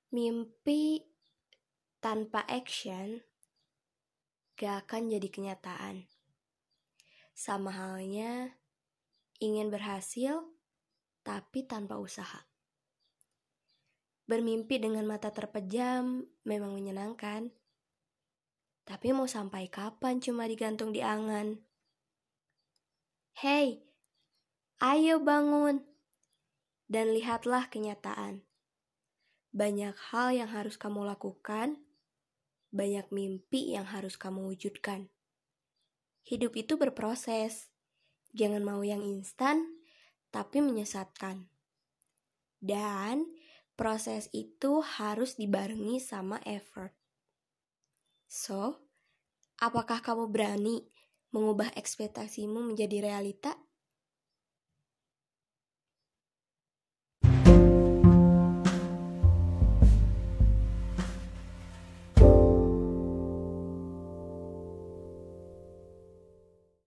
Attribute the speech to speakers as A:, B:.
A: Mimpi tanpa action gak akan jadi kenyataan. Sama halnya ingin berhasil tapi tanpa usaha. Bermimpi dengan mata terpejam memang menyenangkan. Tapi mau sampai kapan cuma digantung di angan? Hei, ayo bangun dan lihatlah kenyataan. Banyak hal yang harus kamu lakukan, banyak mimpi yang harus kamu wujudkan. Hidup itu berproses, jangan mau yang instan, tapi menyesatkan. Dan proses itu harus dibarengi sama effort. So, apakah kamu berani mengubah ekspektasimu menjadi realita?